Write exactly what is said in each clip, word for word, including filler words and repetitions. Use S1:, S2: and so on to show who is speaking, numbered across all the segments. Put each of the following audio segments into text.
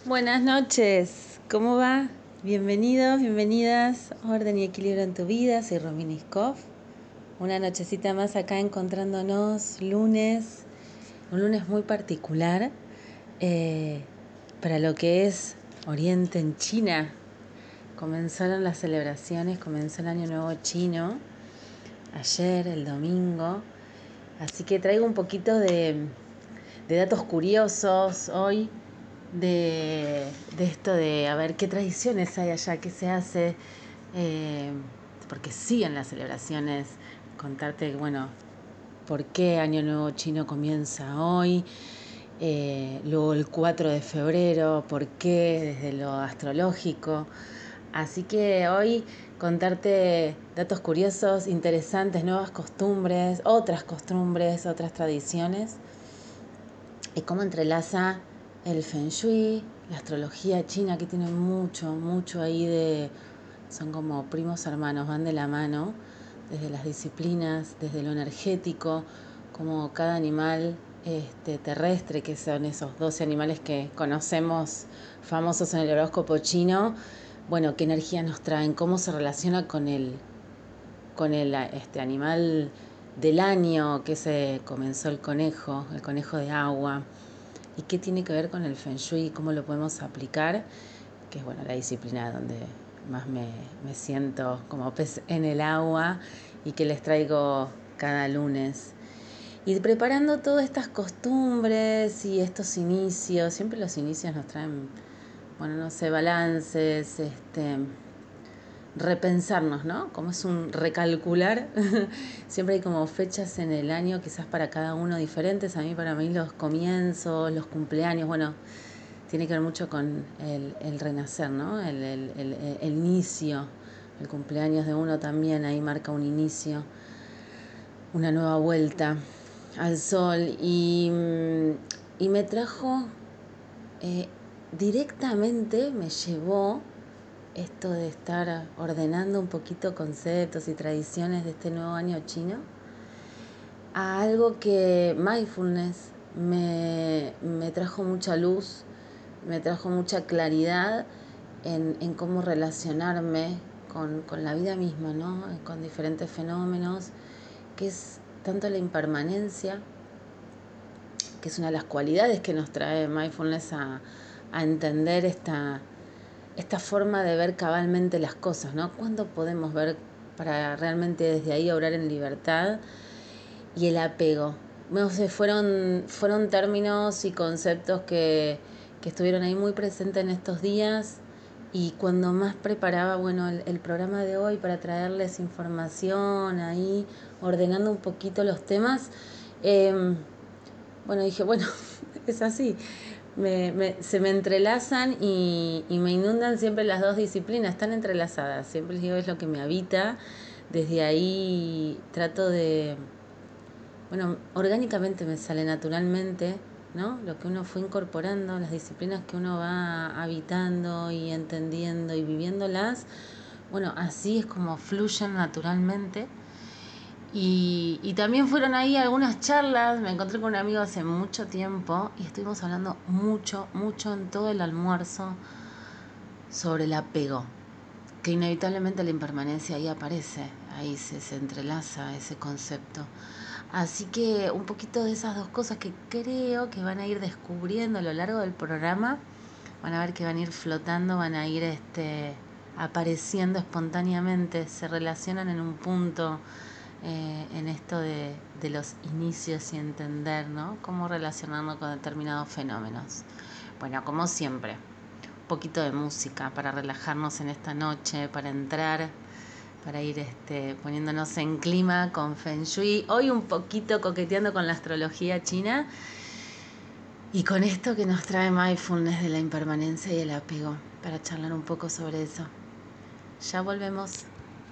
S1: Buenas noches, ¿cómo va? Bienvenidos, bienvenidas a Orden y Equilibrio en tu Vida, soy Romina Iskov. Una nochecita más acá encontrándonos, lunes, un lunes muy particular eh, para lo que es Oriente en China. Comenzaron las celebraciones, comenzó el Año Nuevo Chino, ayer, el domingo, así que traigo un poquito de, de datos curiosos hoy. De, de esto de a ver qué tradiciones hay allá, qué se hace, eh, porque siguen las celebraciones, contarte, bueno, por qué Año Nuevo Chino comienza hoy, eh, luego el cuatro de febrero, por qué desde lo astrológico. Así que hoy contarte datos curiosos, interesantes, nuevas costumbres, otras costumbres, otras tradiciones y cómo entrelaza el Feng Shui, la astrología china, que tiene mucho, mucho ahí de... Son como primos hermanos, van de la mano, desde las disciplinas, desde lo energético, como cada animal este, terrestre, que son esos doce animales que conocemos famosos en el horóscopo chino, bueno, qué energía nos traen, cómo se relaciona con el, con el este, animal del año, que se comenzó el conejo, el conejo de agua. ¿Y qué tiene que ver con el Feng Shui y cómo lo podemos aplicar? Que es bueno, la disciplina donde más me, me siento como pez en el agua y que les traigo cada lunes. Y preparando todas estas costumbres y estos inicios, siempre los inicios nos traen, bueno, no sé, balances, este, repensarnos, ¿no? Como es un recalcular, siempre hay como fechas en el año, quizás para cada uno diferentes. A mí, para mí, los comienzos, los cumpleaños, bueno, tiene que ver mucho con el, el renacer, ¿no? El, el, el, el inicio, el cumpleaños de uno también, ahí marca un inicio, una nueva vuelta al sol. Y, y me trajo, eh, directamente me llevó esto de estar ordenando un poquito conceptos y tradiciones de este nuevo año chino a algo que mindfulness me, me trajo mucha luz, me trajo mucha claridad en, en cómo relacionarme con, con la vida misma, ¿no? Con diferentes fenómenos, que es tanto la impermanencia, que es una de las cualidades que nos trae mindfulness a, a entender esta esta forma de ver cabalmente las cosas, ¿no? ¿Cuándo podemos ver para realmente desde ahí obrar en libertad? Y el apego. No sé, fueron, fueron términos y conceptos que, que estuvieron ahí muy presentes en estos días. Y cuando más preparaba, bueno, el, el programa de hoy para traerles información ahí, ordenando un poquito los temas, eh, bueno, dije, bueno, es así. Me, me, se me entrelazan y, y me inundan siempre las dos disciplinas, están entrelazadas. Siempre les digo, es lo que me habita. Desde ahí trato de, bueno, orgánicamente me sale naturalmente, ¿no? Lo que uno fue incorporando, las disciplinas que uno va habitando y entendiendo y viviéndolas, bueno, así es como fluyen naturalmente. Y, y también fueron ahí algunas charlas, me encontré con un amigo hace mucho tiempo y estuvimos hablando mucho, mucho en todo el almuerzo sobre el apego, que inevitablemente la impermanencia ahí aparece, ahí se, se entrelaza ese concepto. Así que un poquito de esas dos cosas que creo que van a ir descubriendo a lo largo del programa, van a ver que van a ir flotando, van a ir este, apareciendo espontáneamente, se relacionan en un punto. Eh, en esto de, de los inicios y entender, ¿no? Cómo relacionarnos con determinados fenómenos. Bueno, como siempre, un poquito de música para relajarnos en esta noche, para entrar, para ir este, poniéndonos en clima con Feng Shui. Hoy un poquito coqueteando con la astrología china y con esto que nos trae mindfulness de la impermanencia y el apego, para charlar un poco sobre eso. Ya volvemos.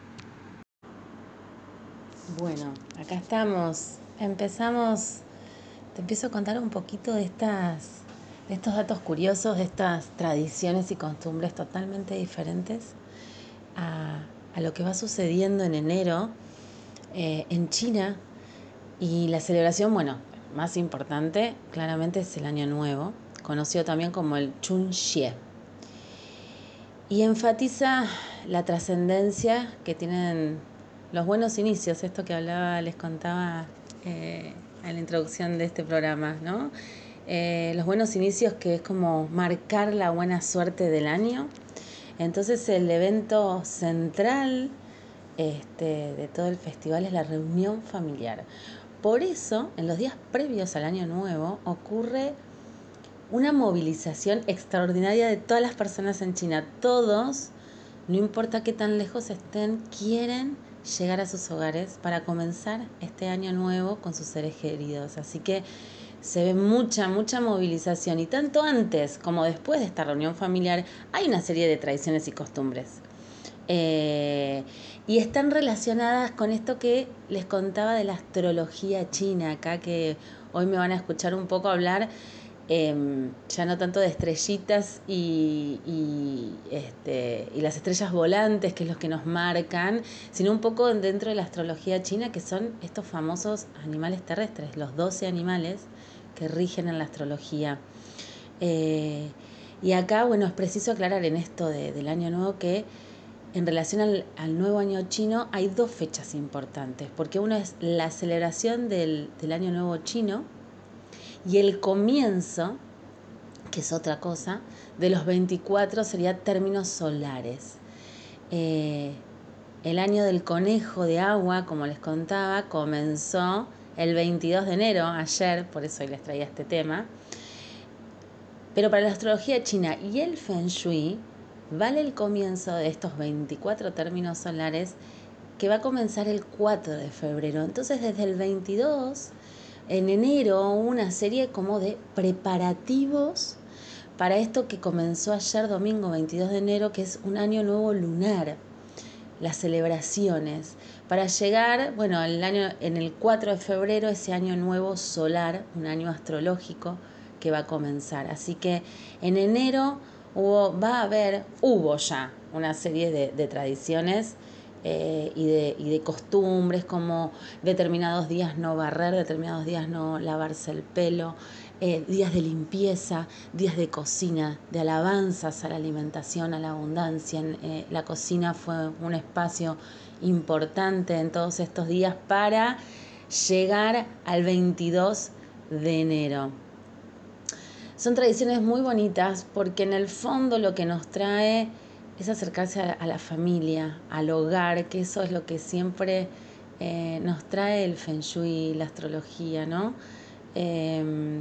S1: Bueno, acá estamos. Empezamos, te empiezo a contar un poquito de estas, de estos datos curiosos, de estas tradiciones y costumbres totalmente diferentes a, a lo que va sucediendo en enero eh, en China. Y la celebración, bueno, más importante, claramente es el Año Nuevo, conocido también como el Chun Xie. Y enfatiza la trascendencia que tienen los buenos inicios, esto que hablaba, les contaba eh, en la introducción de este programa, ¿no? Eh, los buenos inicios, que es como marcar la buena suerte del año. Entonces el evento central este, de todo el festival es la reunión familiar. Por eso, en los días previos al Año Nuevo, ocurre una movilización extraordinaria de todas las personas en China. Todos, no importa qué tan lejos estén, quieren llegar a sus hogares para comenzar este año nuevo con sus seres queridos. Así que se ve mucha, mucha movilización. Y tanto antes como después de esta reunión familiar hay una serie de tradiciones y costumbres. Eh, y están relacionadas con esto que les contaba de la astrología china, acá que hoy me van a escuchar un poco hablar. Eh, ya no tanto de estrellitas y, y, este, y las estrellas volantes, que es lo que nos marcan, sino un poco dentro de la astrología china, que son estos famosos animales terrestres, los doce animales que rigen en la astrología. Eh, y acá, bueno, es preciso aclarar en esto de, del año nuevo que en relación al, al nuevo año chino hay dos fechas importantes, porque una es la celebración del, del año nuevo chino, y el comienzo, que es otra cosa, de los veinticuatro sería términos solares. Eh, el año del conejo de agua, como les contaba, comenzó el veintidós de enero, ayer, por eso hoy les traía este tema. Pero para la astrología china y el Feng Shui, vale el comienzo de estos veinticuatro términos solares, que va a comenzar el cuatro de febrero. Entonces, desde el veintidós... en enero, una serie como de preparativos para esto que comenzó ayer domingo veintidós de enero, que es un año nuevo lunar, las celebraciones, para llegar, bueno, el año, en el cuatro de febrero, ese año nuevo solar, un año astrológico que va a comenzar. Así que en enero hubo, va a haber, hubo ya una serie de, de tradiciones Eh, y, de, y de costumbres, como determinados días no barrer, determinados días no lavarse el pelo, eh, días de limpieza, días de cocina, de alabanzas a la alimentación, a la abundancia. Eh, la cocina fue un espacio importante en todos estos días para llegar al veintidós de enero. Son tradiciones muy bonitas porque en el fondo lo que nos trae es acercarse a, a la familia, al hogar, que eso es lo que siempre eh, nos trae el Feng Shui, la astrología, ¿no? Eh,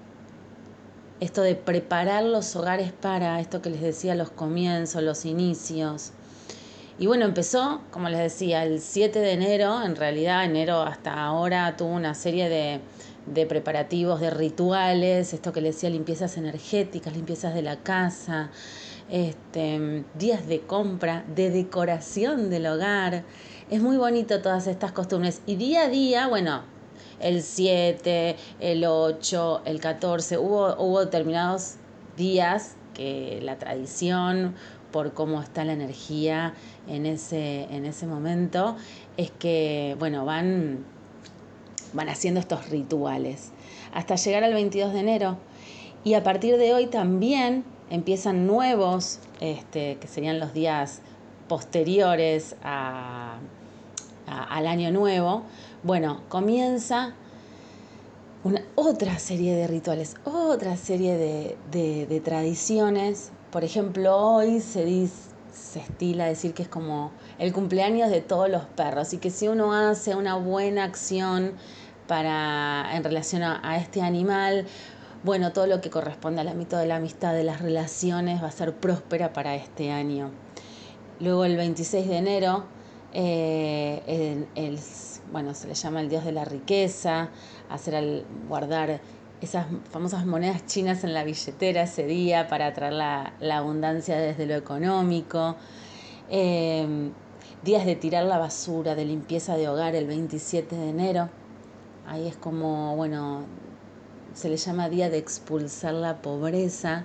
S1: esto de preparar los hogares para esto que les decía, los comienzos, los inicios. Y bueno, empezó, como les decía, el siete de enero, en realidad enero hasta ahora tuvo una serie de, de preparativos, de rituales, esto que les decía, limpiezas energéticas, limpiezas de la casa, Este, días de compra, de decoración del hogar. Es muy bonito todas estas costumbres. Y día a día, bueno, el siete, el ocho, el catorce, hubo, hubo determinados días que la tradición, por cómo está la energía en ese, en ese momento, es que, bueno, van, van haciendo estos rituales hasta llegar al veintidós de enero. Y a partir de hoy también empiezan nuevos, este, que serían los días posteriores a, a, al año nuevo. Bueno, comienza una, otra serie de rituales, otra serie de, de, de tradiciones. Por ejemplo, hoy se dice, se estila decir que es como el cumpleaños de todos los perros, y que si uno hace una buena acción para, en relación a, a este animal, bueno, todo lo que corresponde al ámbito de la amistad, de las relaciones, va a ser próspera para este año. Luego el veintiséis de enero, eh, el, el, bueno, se le llama el dios de la riqueza, hacer al guardar esas famosas monedas chinas en la billetera ese día para atraer la, la abundancia desde lo económico. Eh, días de tirar la basura, de limpieza de hogar, el veintisiete de enero. Ahí es como, bueno, se le llama día de expulsar la pobreza.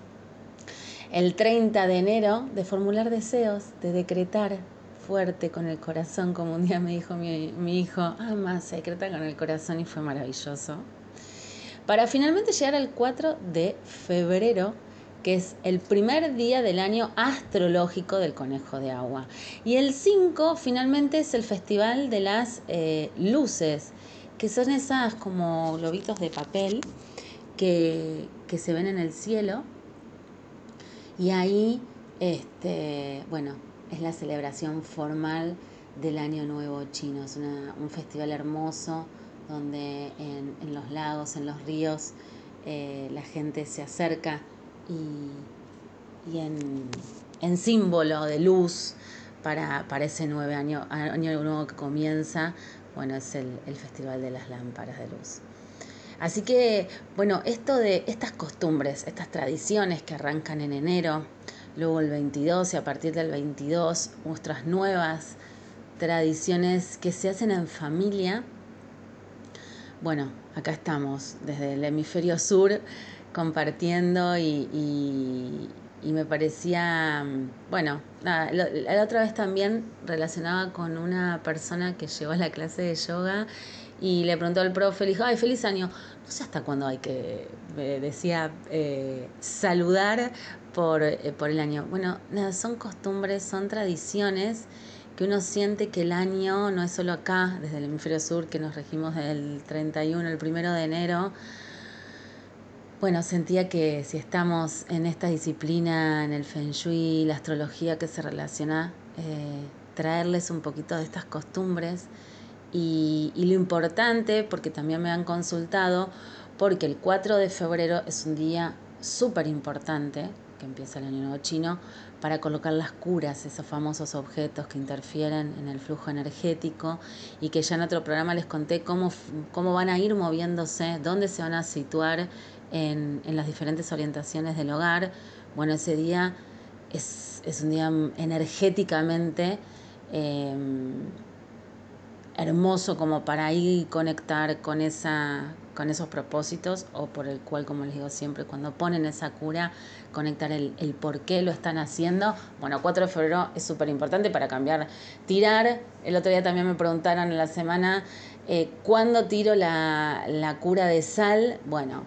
S1: El treinta de enero, de formular deseos, de decretar fuerte con el corazón, como un día me dijo mi, mi hijo, ama, se decreta con el corazón, y fue maravilloso. para finalmente llegar al cuatro de febrero, que es el primer día del año astrológico del conejo de agua. Y el cinco finalmente es el festival de las eh, luces, que son esas como globitos de papel que, que se ven en el cielo. Y ahí, este, bueno, es la celebración formal del Año Nuevo Chino. Es una, un festival hermoso donde en, en los lagos, en los ríos, eh, la gente se acerca y, y en, en símbolo de luz para, para ese nueve año, año nuevo que comienza, bueno, es el, el Festival de las Lámparas de Luz. Así que, bueno, esto de estas costumbres, estas tradiciones que arrancan en enero, luego el veintidós y a partir del veintidós, nuestras nuevas tradiciones que se hacen en familia. Bueno, acá estamos desde el hemisferio sur compartiendo y, y, y me parecía, bueno, nada, lo, la otra vez también relacionaba con una persona que llegó a la clase de yoga y le preguntó al profe, le dijo, ay, feliz año. No sé hasta cuándo hay que, me decía, eh, saludar por, eh, por el año. Bueno, nada, son costumbres, son tradiciones que uno siente que el año no es solo acá, desde el hemisferio sur, que nos regimos del treinta y uno, el primero de enero. Bueno, sentía que si estamos en esta disciplina, en el Feng Shui, la astrología que se relaciona, eh, traerles un poquito de estas costumbres. Y, y lo importante, porque también me han consultado, porque el cuatro de febrero es un día súper importante, que empieza el año nuevo chino, para colocar las curas, esos famosos objetos que interfieren en el flujo energético y que ya en otro programa les conté cómo, cómo van a ir moviéndose, dónde se van a situar en, en las diferentes orientaciones del hogar. Bueno, ese día es, es un día energéticamente eh, hermoso como para ir conectar con esa con esos propósitos, o por el cual, como les digo siempre, cuando ponen esa cura, conectar el, el por qué lo están haciendo. Bueno, cuatro de febrero es súper importante para cambiar, tirar. El otro día también me preguntaron en la semana, eh, ¿cuándo tiro la, la cura de sal? Bueno,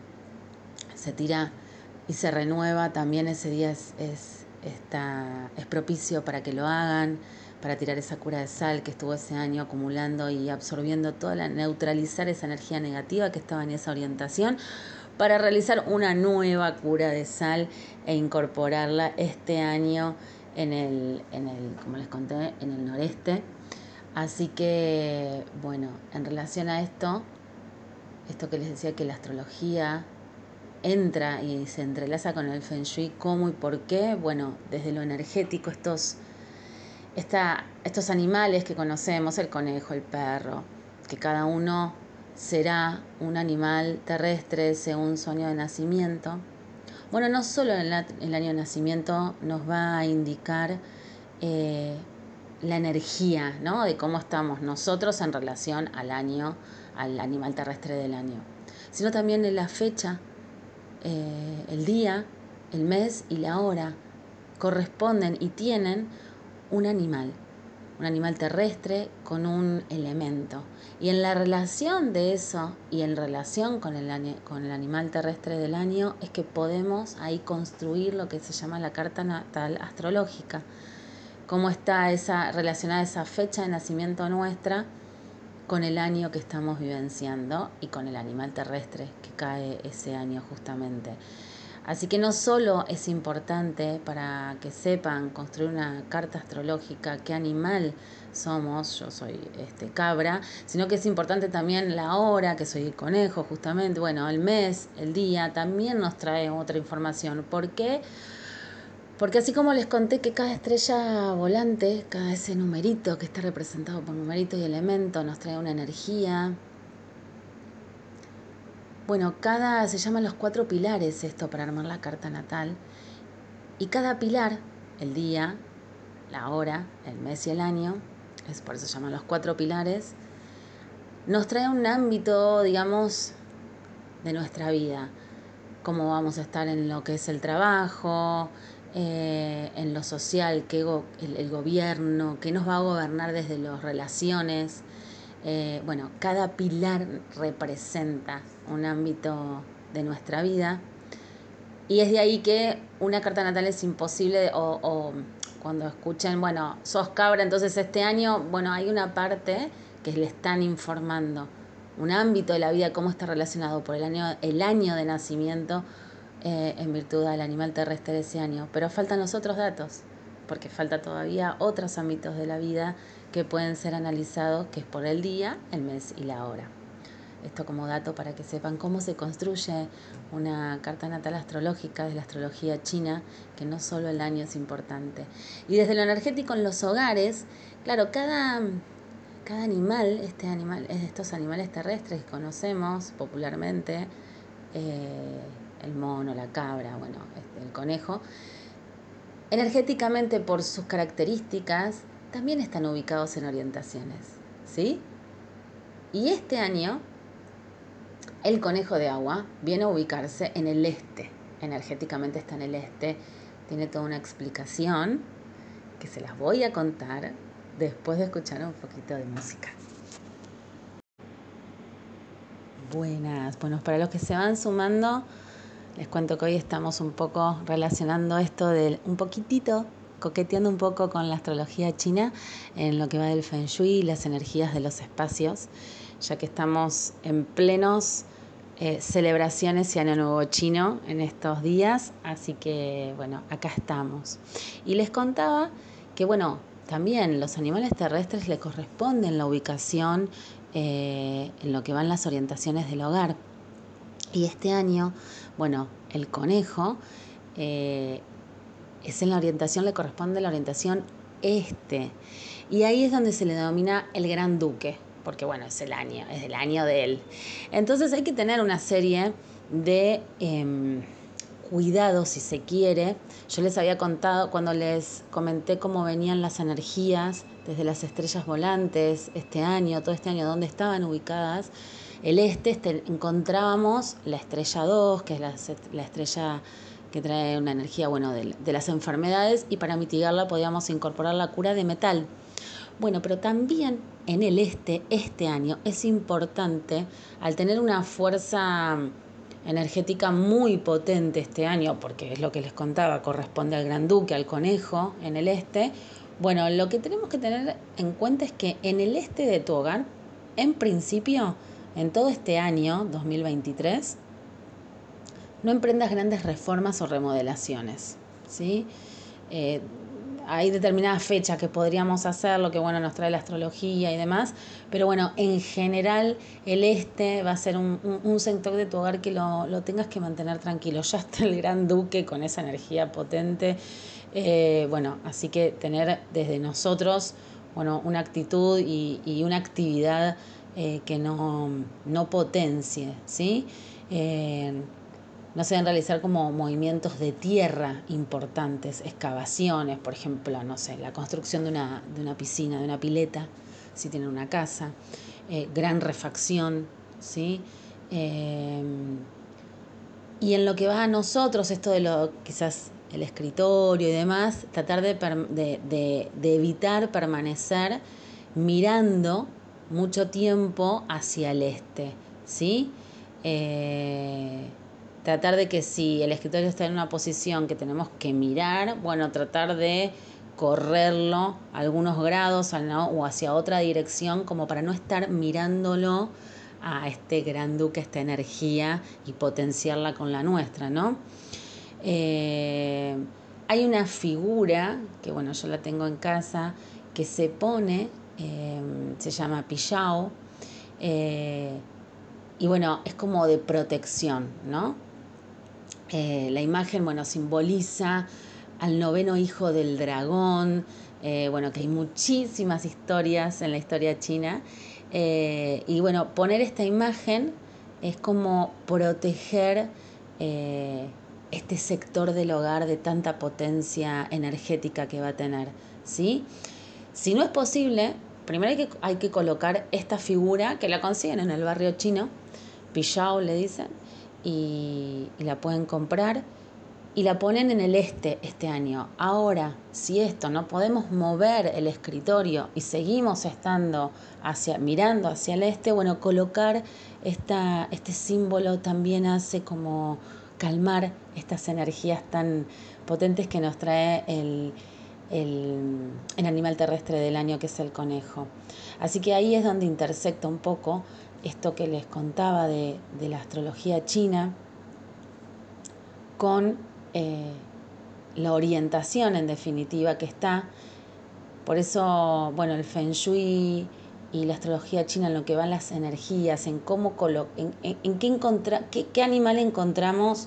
S1: se tira y se renueva. También ese día es, es, está, es propicio para que lo hagan, para tirar esa cura de sal que estuvo ese año acumulando y absorbiendo toda la, neutralizar esa energía negativa que estaba en esa orientación, para realizar una nueva cura de sal e incorporarla este año en el, en el, como les conté, en el noreste. Así que, bueno, en relación a esto, esto que les decía, que la astrología entra y se entrelaza con el Feng Shui, ¿cómo y por qué? Bueno, desde lo energético, estos, esta, estos animales que conocemos, el conejo, el perro, que cada uno será un animal terrestre según su año de nacimiento. Bueno, no solo el, el año de nacimiento nos va a indicar eh, la energía, ¿no?, de cómo estamos nosotros en relación al año, al animal terrestre del año, sino también en la fecha. Eh, el día, el mes y la hora corresponden y tienen un animal, un animal terrestre con un elemento. Y en la relación de eso y en relación con el, con el animal terrestre del año es que podemos ahí construir lo que se llama la carta natal astrológica. Cómo está esa, relacionada esa fecha de nacimiento nuestra con el año que estamos vivenciando y con el animal terrestre que cae ese año justamente. Así que no solo es importante para que sepan construir una carta astrológica qué animal somos, yo soy este, cabra, sino que es importante también la hora, que soy conejo justamente, bueno, el mes, el día, también nos trae otra información. ¿Por qué? Porque así como les conté que cada estrella volante, cada ese numerito que está representado por numerito y elemento, nos trae una energía. Bueno, cada, se llaman los cuatro pilares esto para armar la carta natal. Y cada pilar, el día, la hora, el mes y el año, es por eso se llaman los cuatro pilares, nos trae un ámbito, digamos, de nuestra vida. Cómo vamos a estar en lo que es el trabajo, eh, en lo social, que go, el, el gobierno, que nos va a gobernar desde las relaciones, Eh, bueno, cada pilar representa un ámbito de nuestra vida y es de ahí que una carta natal es imposible o, o cuando escuchen, bueno, sos cabra, entonces este año, bueno, hay una parte que le están informando, un ámbito de la vida, cómo está relacionado por el año, el año de nacimiento eh, en virtud del animal terrestre de ese año. Pero faltan los otros datos, porque falta todavía otros ámbitos de la vida que pueden ser analizados, que es por el día, el mes y la hora. Esto como dato para que sepan cómo se construye una carta natal astrológica de la astrología china, que no solo el año es importante. Y desde lo energético en los hogares, claro, cada, cada animal, este animal, es de estos animales terrestres que conocemos popularmente, eh, el mono, la cabra, bueno, este, el conejo, energéticamente por sus características, también están ubicados en orientaciones, ¿sí? Y este año el conejo de agua viene a ubicarse en el este, energéticamente está en el este, tiene toda una explicación que se las voy a contar después de escuchar un poquito de música. Buenas, bueno, para los que se van sumando, les cuento que hoy estamos un poco relacionando esto de un poquitito, coqueteando un poco con la astrología china en lo que va del Feng Shui y las energías de los espacios, ya que estamos en plenos eh, celebraciones y Año Nuevo Chino en estos días, así que bueno, acá estamos. Y les contaba que bueno, también los animales terrestres le corresponden la ubicación eh, en lo que van las orientaciones del hogar. Y este año, bueno, el conejo eh, es en la orientación, le corresponde la orientación este. Y ahí es donde se le denomina el gran duque, porque bueno, es el año, es el año de él. Entonces hay que tener una serie de eh, cuidados, si se quiere. Yo les había contado, cuando les comenté cómo venían las energías desde las estrellas volantes este año, todo este año, dónde estaban ubicadas. El este, este encontrábamos la estrella dos, que es la, la estrella que trae una energía, bueno, de, de las enfermedades, y para mitigarla podíamos incorporar la cura de metal. Bueno, pero también en el este, este año, es importante, al tener una fuerza energética muy potente este año, porque es lo que les contaba, corresponde al Gran Duque, al conejo en el este. Bueno, lo que tenemos que tener en cuenta es que en el este de tu hogar, en principio, en todo este año dos mil veintitrés, no emprendas grandes reformas o remodelaciones, ¿sí? Eh, hay determinadas fechas que podríamos hacer, lo que bueno nos trae la astrología y demás, pero bueno, en general el este va a ser un, un, un sector de tu hogar que lo, lo tengas que mantener tranquilo. Ya está el Gran Duque con esa energía potente, eh, bueno, así que tener desde nosotros, bueno, una actitud y, y una actividad eh, que no, no potencie, ¿sí? Eh, no se deben realizar como movimientos de tierra importantes, excavaciones, por ejemplo, no sé, la construcción de una, de una piscina, de una pileta, si tienen una casa, eh, gran refacción, ¿sí? Eh, y en lo que va a nosotros, esto de lo quizás el escritorio y demás, tratar de, de, de, de evitar permanecer mirando mucho tiempo hacia el este, ¿sí? Eh, tratar de que si el escritorio está en una posición que tenemos que mirar, bueno, tratar de correrlo algunos grados, ¿no? O hacia otra dirección, como para no estar mirándolo a este gran duque, esta energía, y potenciarla con la nuestra, ¿no? Eh, hay una figura, que bueno, yo la tengo en casa, que se pone, eh, se llama Pillao, eh, y bueno, es como de protección, ¿no? Eh, la imagen, bueno, simboliza al noveno hijo del dragón, eh, bueno, que hay muchísimas historias en la historia china, eh, y bueno, poner esta imagen es como proteger eh, este sector del hogar de tanta potencia energética que va a tener, ¿sí? Si no es posible, primero hay que, hay que colocar esta figura, que la consiguen en el barrio chino, Pillao le dicen, y, y la pueden comprar. y la ponen en el este este año. Ahora, si esto no podemos mover el escritorio y seguimos estando hacia, mirando hacia el este, bueno, colocar esta, este símbolo también hace como calmar estas energías tan potentes que nos trae el, el, el animal terrestre del año, que es el conejo. Así que ahí es donde intersecta un poco esto que les contaba de, de la astrología china con eh, la orientación, en definitiva, que está. Por eso, bueno, el Feng Shui y la astrología china, en lo que van las energías, en cómo colo en, en, en qué, encontra qué, qué animal encontramos,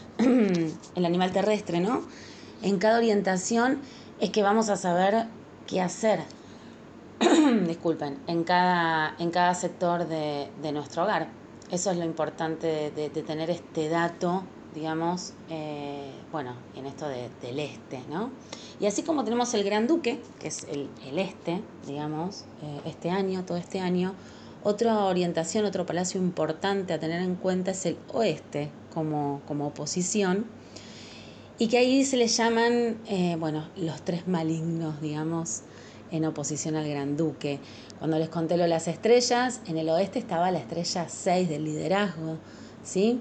S1: el animal terrestre, ¿no? En cada orientación es que vamos a saber qué hacer. Disculpen, en cada, en cada sector de, de nuestro hogar. Eso es lo importante de, de, de tener este dato, digamos, eh, bueno, en esto de, del este, ¿no? Y así como tenemos el Gran Duque, que es el, el este, digamos, eh, este año, todo este año, otra orientación, otro palacio importante a tener en cuenta es el oeste como, como oposición, y que ahí se le llaman, eh, bueno, los tres malignos, digamos, en oposición al Gran Duque. Cuando les conté lo de las estrellas, en el oeste estaba la estrella seis del liderazgo, ¿sí?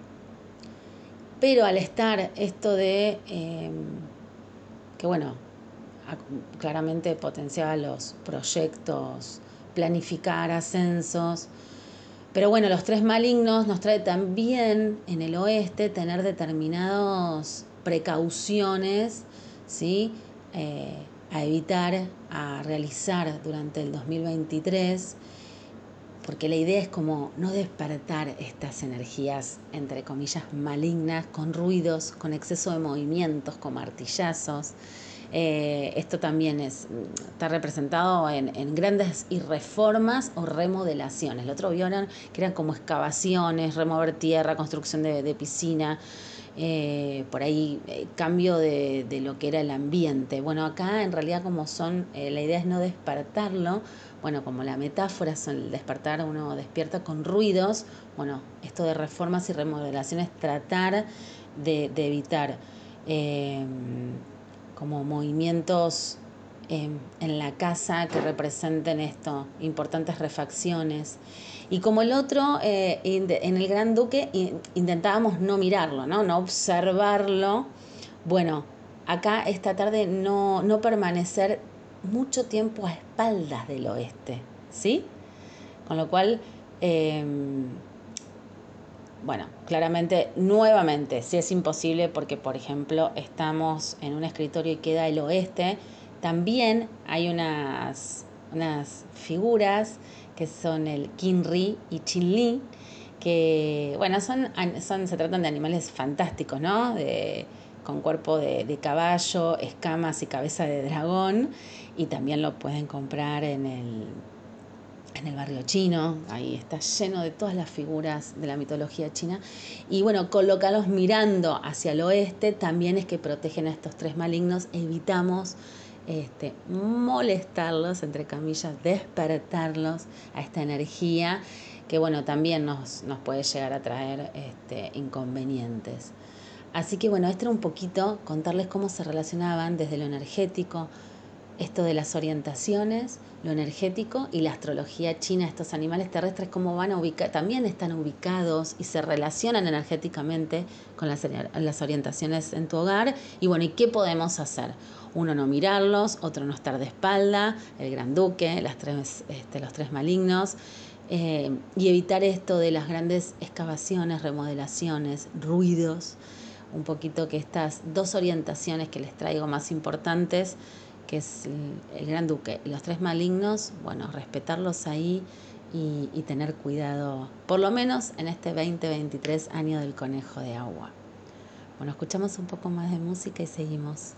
S1: Pero al estar esto de, eh, que bueno, claramente potenciaba los proyectos, planificar ascensos, pero bueno, los tres malignos nos trae también en el oeste tener determinadas precauciones, ¿sí? Eh, a evitar, a realizar durante el dos mil veintitrés, porque la idea es como no despertar estas energías, entre comillas, malignas, con ruidos, con exceso de movimientos, con martillazos. Eh, esto también es, está representado en, en grandes y reformas o remodelaciones. El otro vieron que eran como excavaciones, remover tierra, construcción de, de piscina, eh, por ahí eh, cambio de, de lo que era el ambiente. Bueno, acá en realidad como son, eh, la idea es no despertarlo. Bueno, como la metáfora son el despertar, uno despierta con ruidos. Bueno, esto de reformas y remodelaciones, tratar de, de evitar eh, como movimientos eh, en la casa que representen esto, importantes refacciones. Y como el otro, eh, en el Gran Duque intentábamos no mirarlo, ¿no? No observarlo. Bueno, acá esta tarde no, no permanecer mucho tiempo a espaldas del oeste, ¿sí? Con lo cual, eh, bueno, claramente, nuevamente, si es imposible porque, por ejemplo, estamos en un escritorio y queda el oeste, también hay unas, unas figuras que son el Qinri y Qinli, que, bueno, son, son, se tratan de animales fantásticos, ¿no? De, con cuerpo de, de caballo, escamas y cabeza de dragón, y también lo pueden comprar en el... en el barrio chino, ahí está lleno de todas las figuras de la mitología china. Y bueno, colocarlos mirando hacia el oeste también es que protegen a estos tres malignos, evitamos este, molestarlos, entre comillas, despertarlos a esta energía que bueno, también nos, nos puede llegar a traer este, inconvenientes. Así que bueno, esto era un poquito contarles cómo se relacionaban desde lo energético, esto de las orientaciones, lo energético y la astrología china, estos animales terrestres, cómo van a ubicar, también están ubicados y se relacionan energéticamente con las, las orientaciones en tu hogar. Y bueno, ¿y qué podemos hacer? Uno, no mirarlos, otro, no estar de espalda, el Gran Duque, las tres, este, los tres malignos, eh, y evitar esto de las grandes excavaciones, remodelaciones, ruidos, un poquito que estas dos orientaciones que les traigo más importantes, que es el, el Gran Duque y los tres malignos, bueno, respetarlos ahí y, y tener cuidado, por lo menos en este veinte veintitrés, año del conejo de agua. Bueno, escuchamos un poco más de música y seguimos.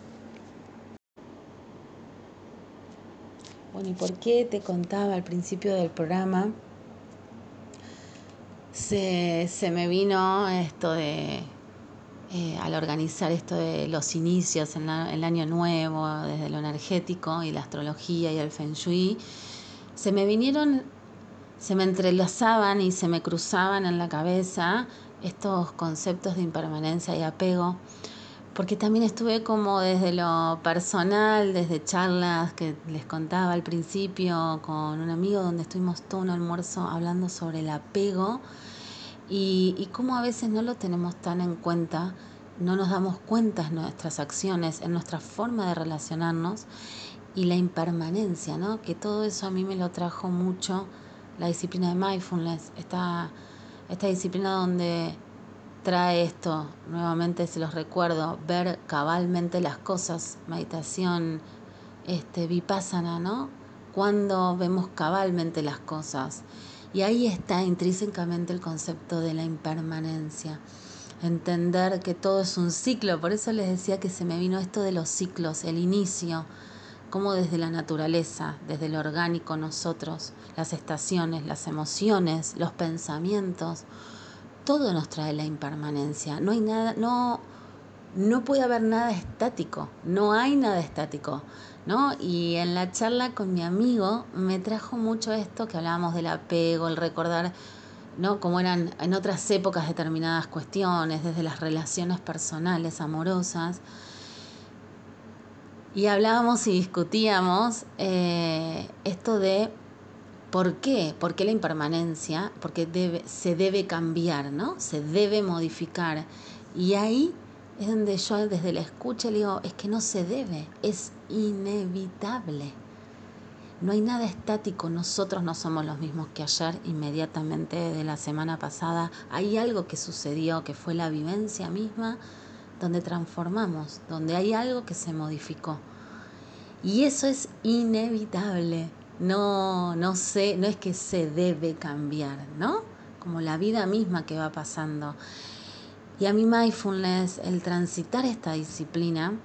S1: Bueno, ¿y por qué te contaba al principio del programa? Se, se me vino esto de... Eh, al organizar esto de los inicios en la, el año nuevo, desde lo energético y la astrología y el Feng Shui, se me vinieron, se me entrelazaban y se me cruzaban en la cabeza estos conceptos de impermanencia y apego, porque también estuve como desde lo personal, desde charlas que les contaba al principio con un amigo donde estuvimos todo un almuerzo hablando sobre el apego y, y cómo a veces no lo tenemos tan en cuenta, no nos damos cuenta en nuestras acciones, en nuestra forma de relacionarnos y la impermanencia, ¿no? Que todo eso a mí me lo trajo mucho la disciplina de mindfulness, esta, esta disciplina donde trae esto, nuevamente se los recuerdo, ver cabalmente las cosas, meditación, este, vipassana, ¿no? Cuando vemos cabalmente las cosas. Y ahí está intrínsecamente el concepto de la impermanencia. Entender que todo es un ciclo, por eso les decía que se me vino esto de los ciclos, el inicio, como desde la naturaleza, desde lo orgánico nosotros, las estaciones, las emociones, los pensamientos, todo nos trae la impermanencia. No hay nada, no, no puede haber nada estático, no hay nada estático, ¿no? Y en la charla con mi amigo me trajo mucho esto que hablábamos del apego, el recordar, ¿no? Cómo eran en otras épocas determinadas cuestiones, desde las relaciones personales, amorosas. Y hablábamos y discutíamos eh, esto de ¿por qué? ¿Por qué la impermanencia? Porque debe, se debe cambiar, ¿no? Se debe modificar. Y ahí es donde yo desde la escucha le digo, es que no se debe, es inevitable. No hay nada estático, nosotros no somos los mismos que ayer, inmediatamente de la semana pasada. Hay algo que sucedió, que fue la vivencia misma, donde transformamos, donde hay algo que se modificó. Y eso es inevitable. No, no sé, no es que se debe cambiar, ¿no? Como la vida misma que va pasando. Y a mí mindfulness, el transitar esta disciplina,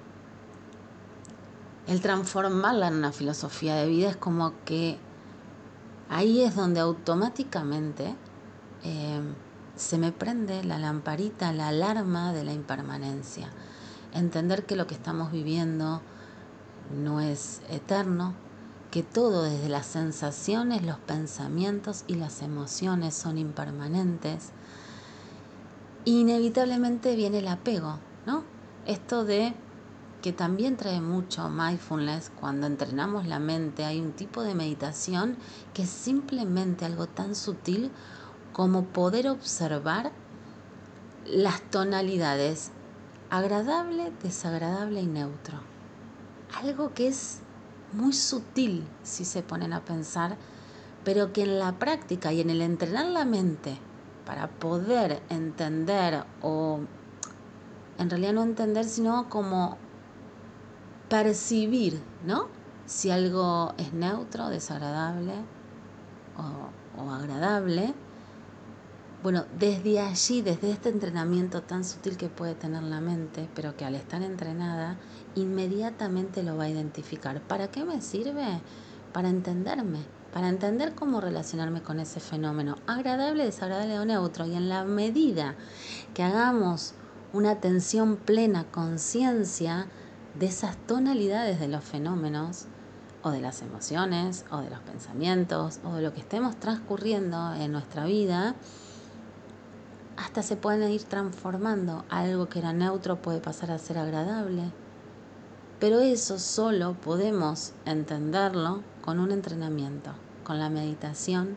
S1: el transformarla en una filosofía de vida, es como que ahí es donde automáticamente eh, se me prende la lamparita, la alarma de la impermanencia. Entender que lo que estamos viviendo no es eterno, que todo desde las sensaciones, los pensamientos y las emociones son impermanentes. Inevitablemente viene el apego, ¿no? Esto de que también trae mucho mindfulness, cuando entrenamos la mente, hay un tipo de meditación que es simplemente algo tan sutil como poder observar las tonalidades agradable, desagradable y neutro. Algo que es muy sutil si se ponen a pensar, pero que en la práctica y en el entrenar la mente para poder entender, o en realidad no entender, sino como percibir, ¿no? Si algo es neutro, desagradable o, o agradable. Bueno, desde allí, desde este entrenamiento tan sutil que puede tener la mente, pero que al estar entrenada, inmediatamente lo va a identificar. ¿Para qué me sirve? Para entenderme, para entender cómo relacionarme con ese fenómeno, agradable, desagradable o neutro. Y en la medida que hagamos una atención plena, conciencia de esas tonalidades de los fenómenos, o de las emociones, o de los pensamientos, o de lo que estemos transcurriendo en nuestra vida, hasta se pueden ir transformando. Algo que era neutro puede pasar a ser agradable. Pero eso solo podemos entenderlo con un entrenamiento, con la meditación,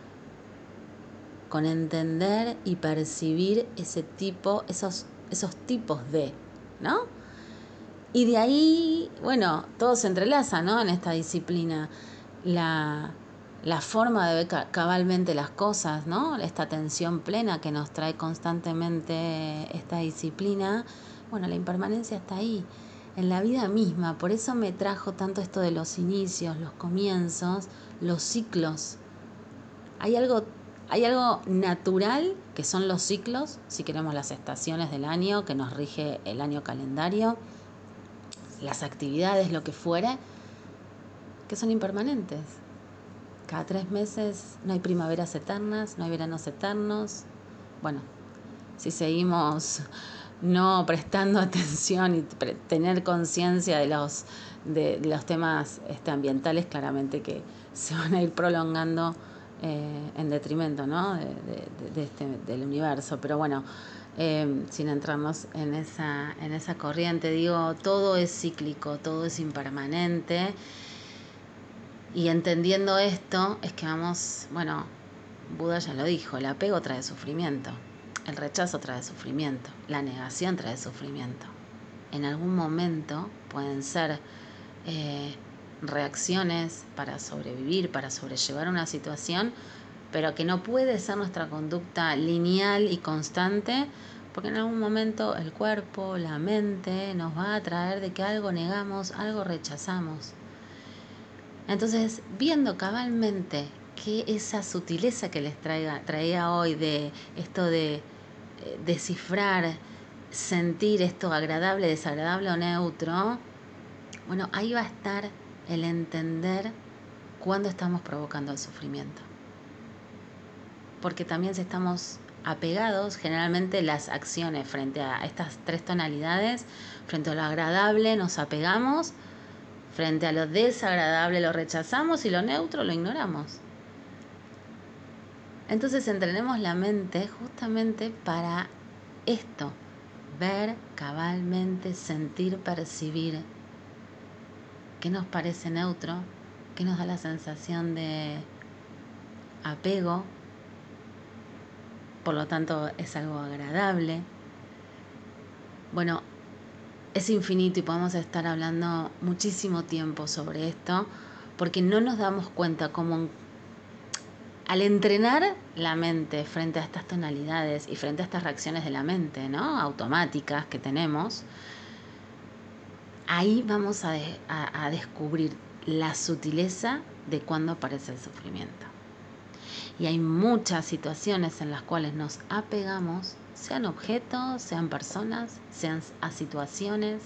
S1: con entender y percibir ese tipo, esos, esos tipos de, ¿no? Y de ahí, bueno, todo se entrelaza, ¿no? En esta disciplina. La, la forma de ver cabalmente las cosas, ¿no? Esta atención plena que nos trae constantemente esta disciplina. Bueno, la impermanencia está ahí, en la vida misma. Por eso me trajo tanto esto de los inicios, los comienzos, los ciclos. Hay algo, hay algo natural que son los ciclos, si queremos las estaciones del año, que nos rige el año calendario, las actividades, lo que fuere, que son impermanentes. Cada tres meses no hay primaveras eternas, no hay veranos eternos. Bueno, si seguimos no prestando atención y pre- tener conciencia de los, de, de los temas este, ambientales, claramente que se van a ir prolongando eh, en detrimento, ¿no? de, de, de este, del universo. Pero bueno, eh, sin entrarnos en esa, en esa corriente. Digo, todo es cíclico, todo es impermanente. Y entendiendo esto, es que vamos, bueno, Buda ya lo dijo, el apego trae sufrimiento, el rechazo trae sufrimiento, la negación trae sufrimiento. En algún momento pueden ser eh, reacciones para sobrevivir, para sobrellevar una situación, pero que no puede ser nuestra conducta lineal y constante, porque en algún momento el cuerpo, la mente nos va a traer de que algo negamos, algo rechazamos. Entonces, viendo cabalmente que esa sutileza que les traiga, traía hoy de esto de eh, descifrar, sentir esto agradable, desagradable o neutro, bueno, ahí va a estar el entender cuándo estamos provocando el sufrimiento. Porque también si estamos apegados, generalmente las acciones frente a estas tres tonalidades, frente a lo agradable nos apegamos, frente a lo desagradable lo rechazamos y lo neutro lo ignoramos. Entonces entrenemos la mente justamente para esto, ver cabalmente, sentir, percibir qué nos parece neutro, qué nos da la sensación de apego, por lo tanto es algo agradable. Bueno, es infinito y podemos estar hablando muchísimo tiempo sobre esto, porque no nos damos cuenta cómo al entrenar la mente frente a estas tonalidades y frente a estas reacciones de la mente, ¿no?, automáticas que tenemos, ahí vamos a, de, a, a descubrir la sutileza de cuándo aparece el sufrimiento. Y hay muchas situaciones en las cuales nos apegamos, sean objetos, sean personas, sean a situaciones.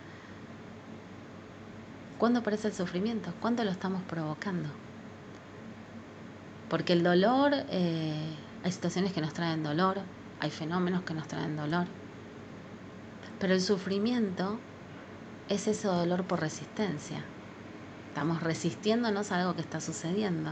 S1: ¿Cuándo aparece el sufrimiento? ¿Cuándo lo estamos provocando? Porque el dolor, eh, hay situaciones que nos traen dolor, hay fenómenos que nos traen dolor. Pero el sufrimiento es ese dolor por resistencia. Estamos resistiéndonos a algo que está sucediendo.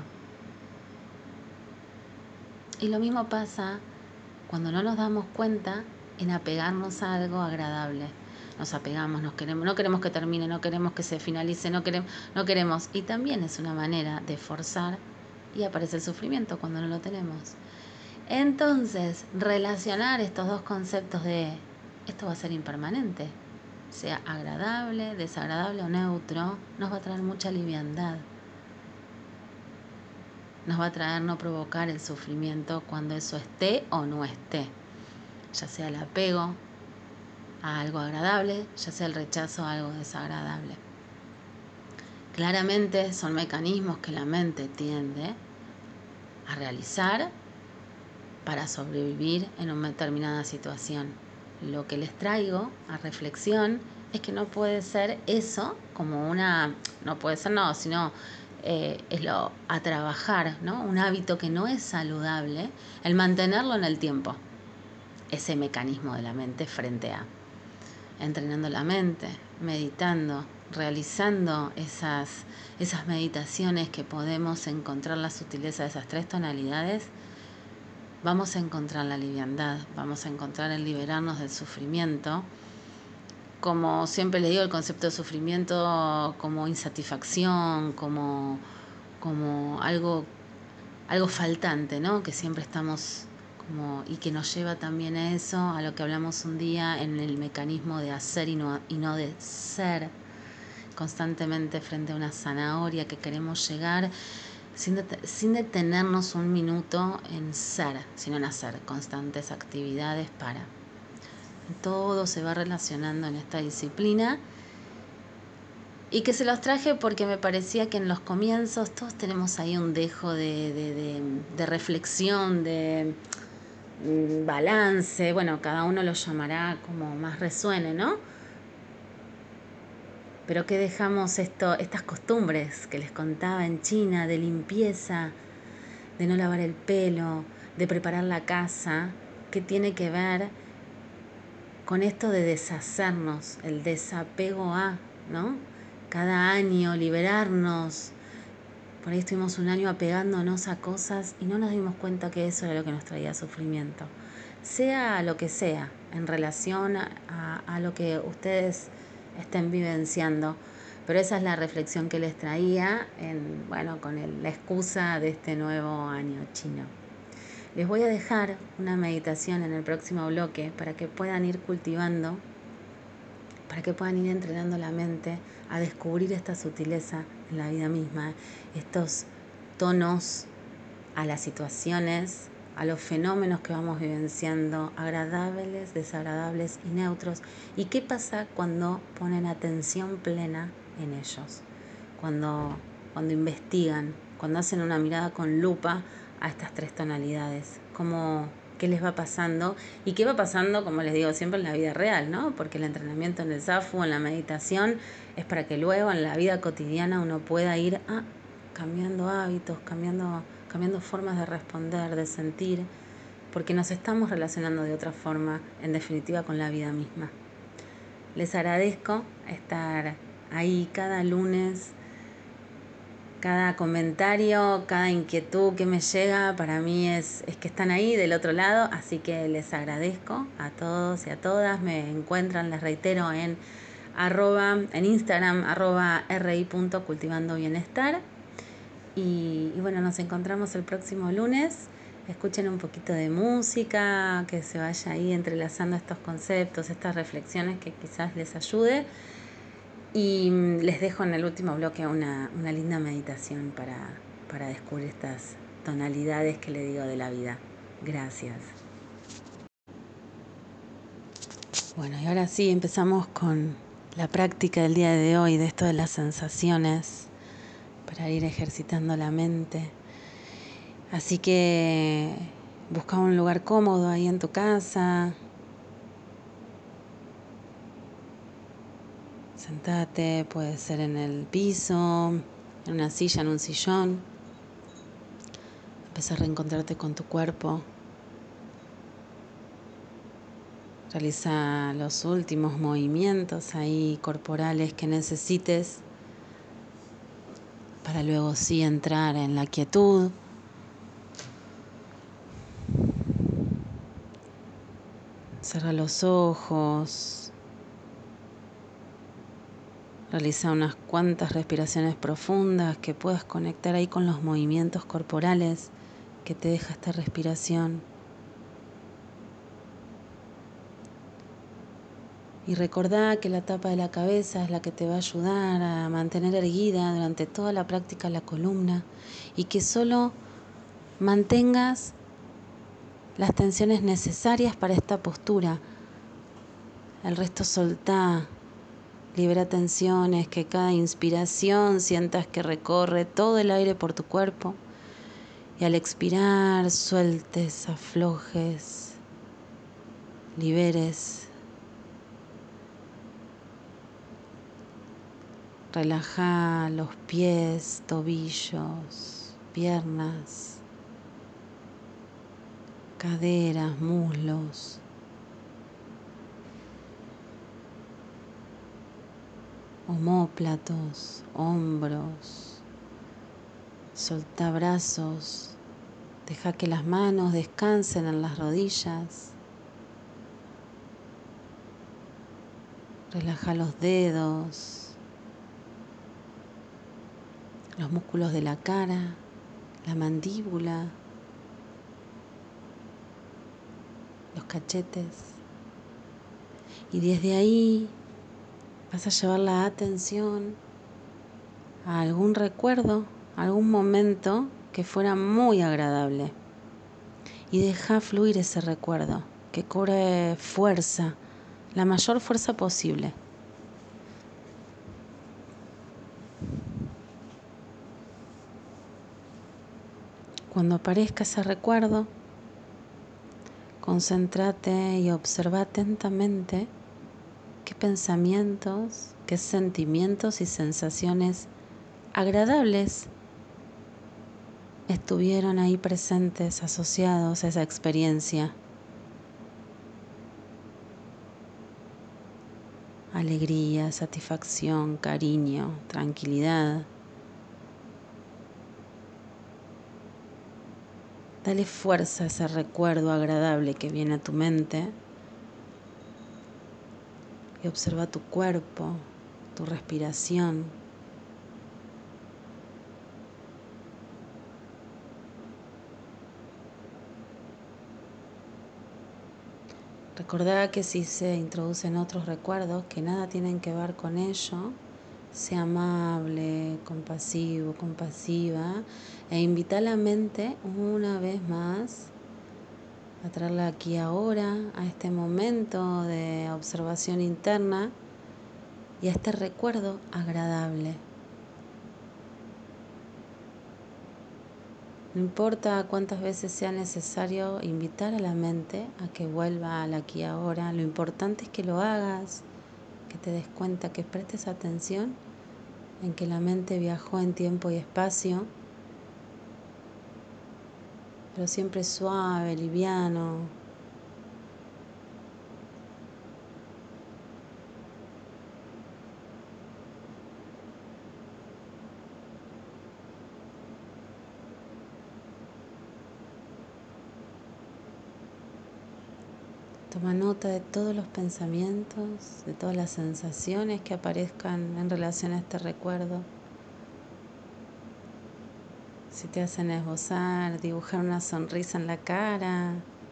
S1: Y lo mismo pasa cuando no nos damos cuenta en apegarnos a algo agradable. Nos apegamos, nos queremos, no queremos que termine, no queremos que se finalice, no queremos, no queremos. Y también es una manera de forzar y aparece el sufrimiento cuando no lo tenemos. Entonces, relacionar estos dos conceptos de esto va a ser impermanente, sea agradable, desagradable o neutro, nos va a traer mucha liviandad. Nos va a traer no provocar el sufrimiento cuando eso esté o no esté, ya sea el apego a algo agradable, ya sea el rechazo a algo desagradable. Claramente son mecanismos que la mente tiende a realizar para sobrevivir en una determinada situación. Lo que les traigo a reflexión es que no puede ser eso como una, no puede ser no, sino eh, es lo a trabajar, ¿no? Un hábito que no es saludable, el mantenerlo en el tiempo, ese mecanismo de la mente frente a entrenando la mente, meditando, realizando esas, esas meditaciones que podemos encontrar la sutileza de esas tres tonalidades. Vamos a encontrar la liviandad, vamos a encontrar el liberarnos del sufrimiento. Como siempre les digo, el concepto de sufrimiento como insatisfacción, como, como algo, algo faltante, ¿no? Que siempre estamos como, y que nos lleva también a eso, a lo que hablamos un día en el mecanismo de hacer y no, y no de ser, constantemente frente a una zanahoria que queremos llegar. Sin, det- sin detenernos un minuto en ser, sino en hacer constantes actividades para. Todo se va relacionando en esta disciplina y que se los traje porque me parecía que en los comienzos todos tenemos ahí un dejo de, de, de, de reflexión, de mm, balance, bueno, cada uno lo llamará como más resuene, ¿no? Pero que dejamos esto, estas costumbres que les contaba en China de limpieza, de no lavar el pelo, de preparar la casa, que tiene que ver con esto de deshacernos, el desapego a, ¿no? Cada año liberarnos. Por ahí estuvimos un año apegándonos a cosas y no nos dimos cuenta que eso era lo que nos traía sufrimiento. sea lo que sea, en relación a, a lo que ustedes estén vivenciando. Pero esa es la reflexión que les traía en, bueno, con el, la excusa de este nuevo año chino. Les voy a dejar una meditación en el próximo bloque para que puedan ir cultivando, para que puedan ir entrenando la mente a descubrir esta sutileza en la vida misma, estos tonos a las situaciones, a los fenómenos que vamos vivenciando, agradables, desagradables y neutros. ¿Y qué pasa cuando ponen atención plena en ellos? Cuando, cuando investigan, cuando hacen una mirada con lupa a estas tres tonalidades. ¿Cómo, qué les va pasando? Y qué va pasando, como les digo siempre, en la vida real, ¿no? Porque el entrenamiento en el zafu, en la meditación, es para que luego en la vida cotidiana uno pueda ir ah, cambiando hábitos, cambiando... cambiando formas de responder, de sentir, porque nos estamos relacionando de otra forma, en definitiva, con la vida misma. Les agradezco estar ahí cada lunes, cada comentario, cada inquietud que me llega, para mí es, es que están ahí del otro lado, así que les agradezco a todos y a todas. Me encuentran, les reitero, en, arroba, en Instagram, arroba ri.cultivandobienestar. Y, y bueno, nos encontramos el próximo lunes. Escuchen un poquito de música, que se vaya ahí entrelazando estos conceptos, estas reflexiones que quizás les ayude. Y les dejo en el último bloque una, una linda meditación para, para descubrir estas tonalidades que le digo de la vida. Gracias. Bueno, y ahora sí, empezamos con la práctica del día de hoy, de esto de las sensaciones, para ir ejercitando la mente. Así que busca un lugar cómodo ahí en tu casa. Sentate, puede ser en el piso, en una silla, en un sillón. Empieza a reencontrarte con tu cuerpo. Realiza los últimos movimientos ahí corporales que necesites para luego sí entrar en la quietud. Cierra los ojos. Realiza unas cuantas respiraciones profundas que puedas conectar ahí con los movimientos corporales que te deja esta respiración. Y recordá que la tapa de la cabeza es la que te va a ayudar a mantener erguida durante toda la práctica la columna y que solo mantengas las tensiones necesarias para esta postura. El resto soltá, libera tensiones, que cada inspiración sientas que recorre todo el aire por tu cuerpo y al expirar sueltes, aflojes, liberes. Relaja los pies, tobillos, piernas, caderas, muslos. Omóplatos, hombros. Soltá brazos. Deja que las manos descansen en las rodillas. Relaja los dedos. Los músculos de la cara, la mandíbula, los cachetes. Y desde ahí vas a llevar la atención a algún recuerdo, a algún momento que fuera muy agradable. Y deja fluir ese recuerdo, que cobre fuerza, la mayor fuerza posible. Cuando aparezca ese recuerdo, concéntrate y observa atentamente qué pensamientos, qué sentimientos y sensaciones agradables estuvieron ahí presentes, asociados a esa experiencia. Alegría, satisfacción, cariño, tranquilidad. Dale fuerza a ese recuerdo agradable que viene a tu mente y observa tu cuerpo, tu respiración. Recordá que si se introducen otros recuerdos que nada tienen que ver con ello, sea amable, compasivo, compasiva, e invita a la mente una vez más a traerla aquí ahora, a este momento de observación interna y a este recuerdo agradable. No importa cuántas veces sea necesario invitar a la mente a que vuelva al aquí y ahora, lo importante es que lo hagas, que te des cuenta, que prestes atención en que la mente viajó en tiempo y espacio, pero siempre suave, liviano. Toma nota de todos los pensamientos, de todas las sensaciones que aparezcan en relación a este recuerdo. Si te hacen esbozar, dibujar una sonrisa en la cara.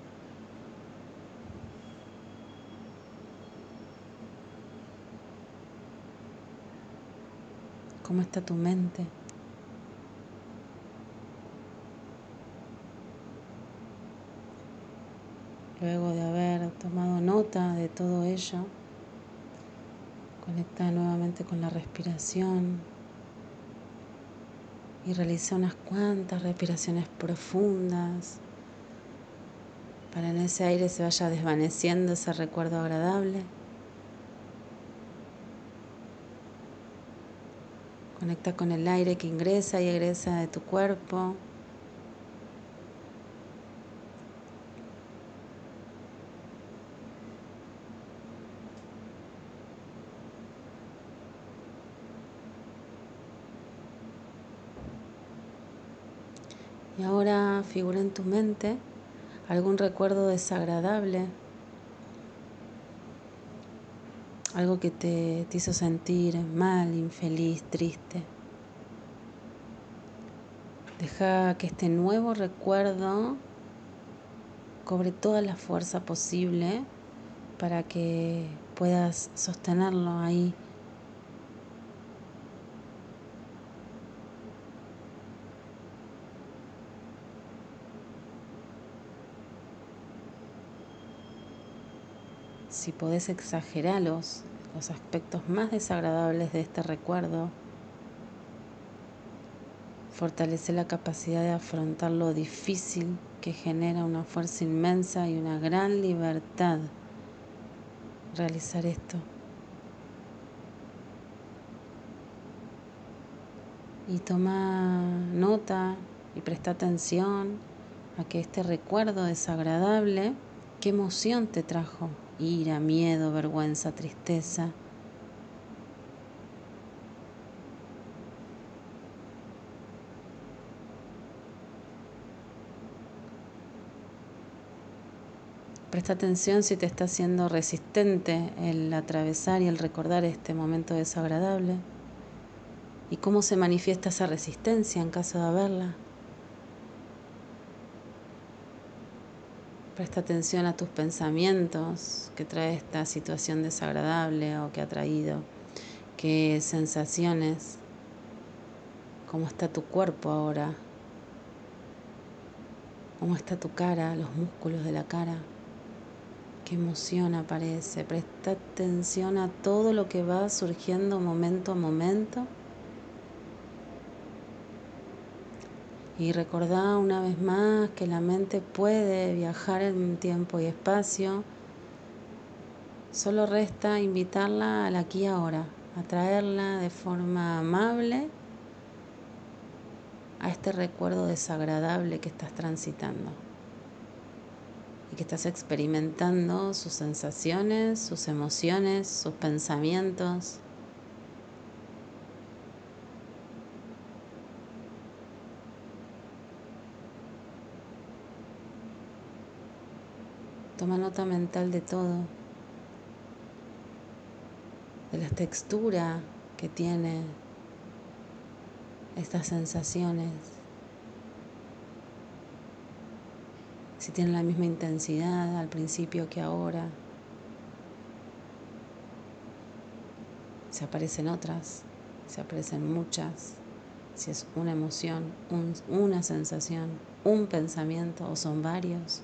S1: ¿Cómo está tu mente? Luego de haber tomado nota de todo ello, conecta nuevamente con la respiración y realiza unas cuantas respiraciones profundas para en ese aire se vaya desvaneciendo ese recuerdo agradable. Conecta con el aire que ingresa y egresa de tu cuerpo. Y ahora figura en tu mente algún recuerdo desagradable, algo que te, te hizo sentir mal, infeliz, triste. Deja que este nuevo recuerdo cobre toda la fuerza posible para que puedas sostenerlo ahí. Si podés exagerar los, los aspectos más desagradables de este recuerdo, fortalece la capacidad de afrontar lo difícil que genera una fuerza inmensa y una gran libertad realizar esto. Y toma nota y presta atención a que este recuerdo desagradable, ¿qué emoción te trajo? Ira, miedo, vergüenza, tristeza. Presta atención si te está haciendo resistente el atravesar y el recordar este momento desagradable. ¿Y cómo se manifiesta esa resistencia en caso de haberla? Presta atención a tus pensamientos que trae esta situación desagradable o que ha traído. ¿Qué sensaciones? ¿Cómo está tu cuerpo ahora? ¿Cómo está tu cara, los músculos de la cara? ¿Qué emoción aparece? Presta atención a todo lo que va surgiendo momento a momento. Y recordá una vez más que la mente puede viajar en tiempo y espacio. Solo resta invitarla al aquí y ahora, a traerla de forma amable a este recuerdo desagradable que estás transitando y que estás experimentando sus sensaciones, sus emociones, sus pensamientos. Toma nota mental de todo, de la textura que tiene estas sensaciones, si tienen la misma intensidad al principio que ahora, si aparecen otras, si aparecen muchas, si es una emoción, un, una sensación, un pensamiento o son varios.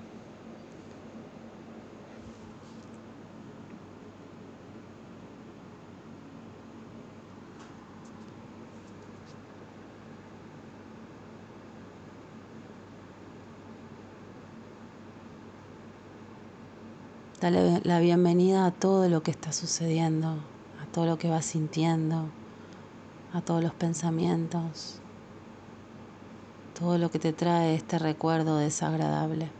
S1: Dale la bienvenida a todo lo que está sucediendo, a todo lo que vas sintiendo, a todos los pensamientos, todo lo que te trae este recuerdo desagradable.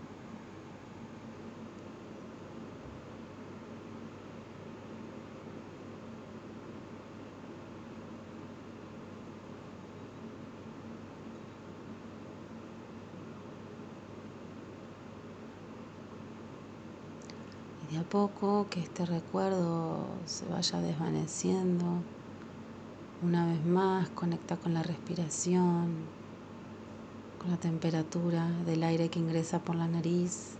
S1: Y de a poco que este recuerdo se vaya desvaneciendo. Una vez más, conecta con la respiración, con la temperatura del aire que ingresa por la nariz.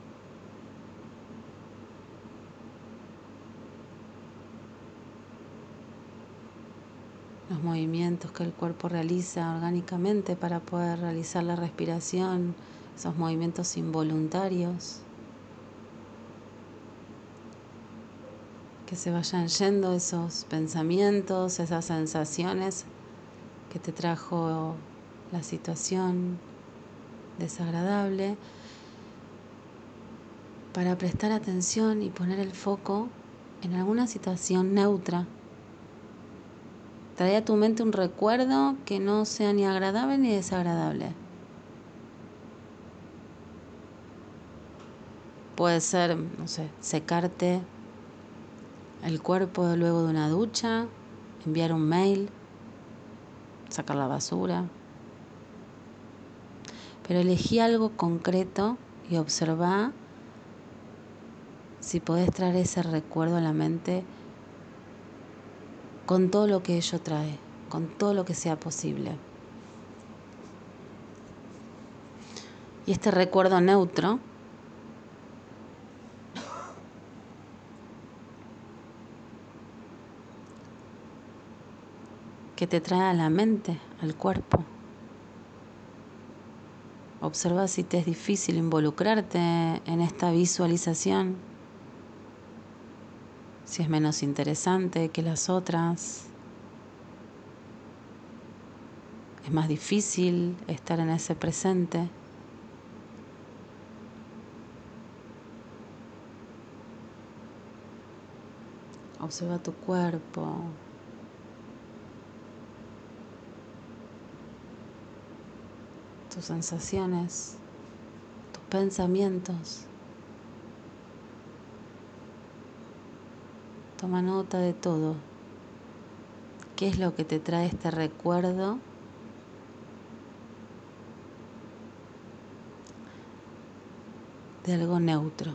S1: Los movimientos que el cuerpo realiza orgánicamente para poder realizar la respiración, esos movimientos involuntarios. Que se vayan yendo esos pensamientos, esas sensaciones que te trajo la situación desagradable, para prestar atención y poner el foco en alguna situación neutra. Trae a tu mente un recuerdo que no sea ni agradable ni desagradable. Puede ser, no sé, secarte el cuerpo luego de una ducha, enviar un mail, sacar la basura. Pero elegí algo concreto y observa si podés traer ese recuerdo a la mente con todo lo que ello trae, con todo lo que sea posible. Y este recuerdo neutro que te trae a la mente, al cuerpo. Observa si te es difícil involucrarte en esta visualización, si es menos interesante que las otras, es más difícil estar en ese presente. Observa tu cuerpo. Tus sensaciones, tus pensamientos. Toma nota de todo. ¿Qué es lo que te trae este recuerdo? De algo neutro.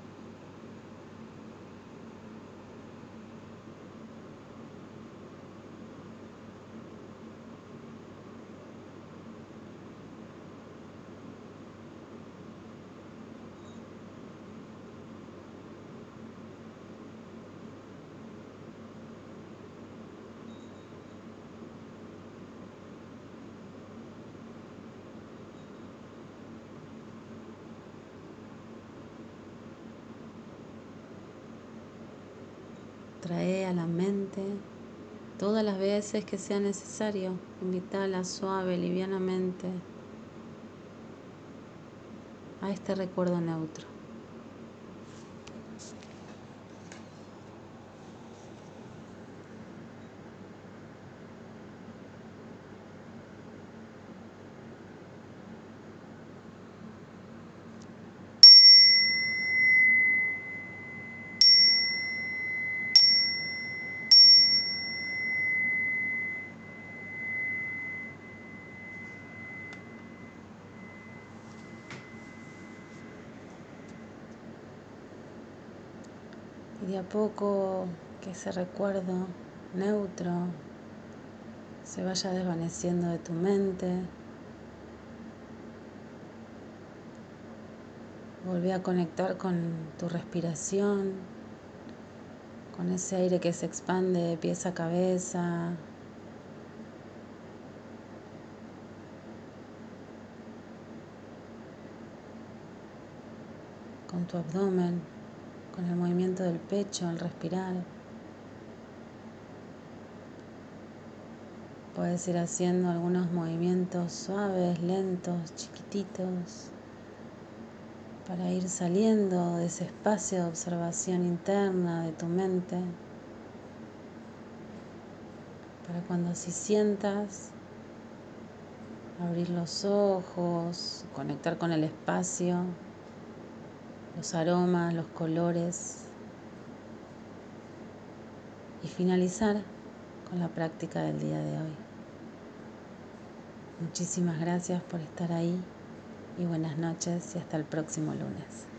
S1: Trae a la mente todas las veces que sea necesario. Invítala suave, livianamente a este recuerdo neutro. Y de a poco que ese recuerdo neutro se vaya desvaneciendo de tu mente. Volví a conectar con tu respiración, con ese aire que se expande de pies a cabeza. Con tu abdomen, con el movimiento del pecho al respirar. Puedes ir haciendo algunos movimientos suaves, lentos, chiquititos, para ir saliendo de ese espacio de observación interna de tu mente. Para cuando así sientas, abrir los ojos, conectar con el espacio, los aromas, los colores y finalizar con la práctica del día de hoy. Muchísimas gracias por estar ahí y buenas noches y hasta el próximo lunes.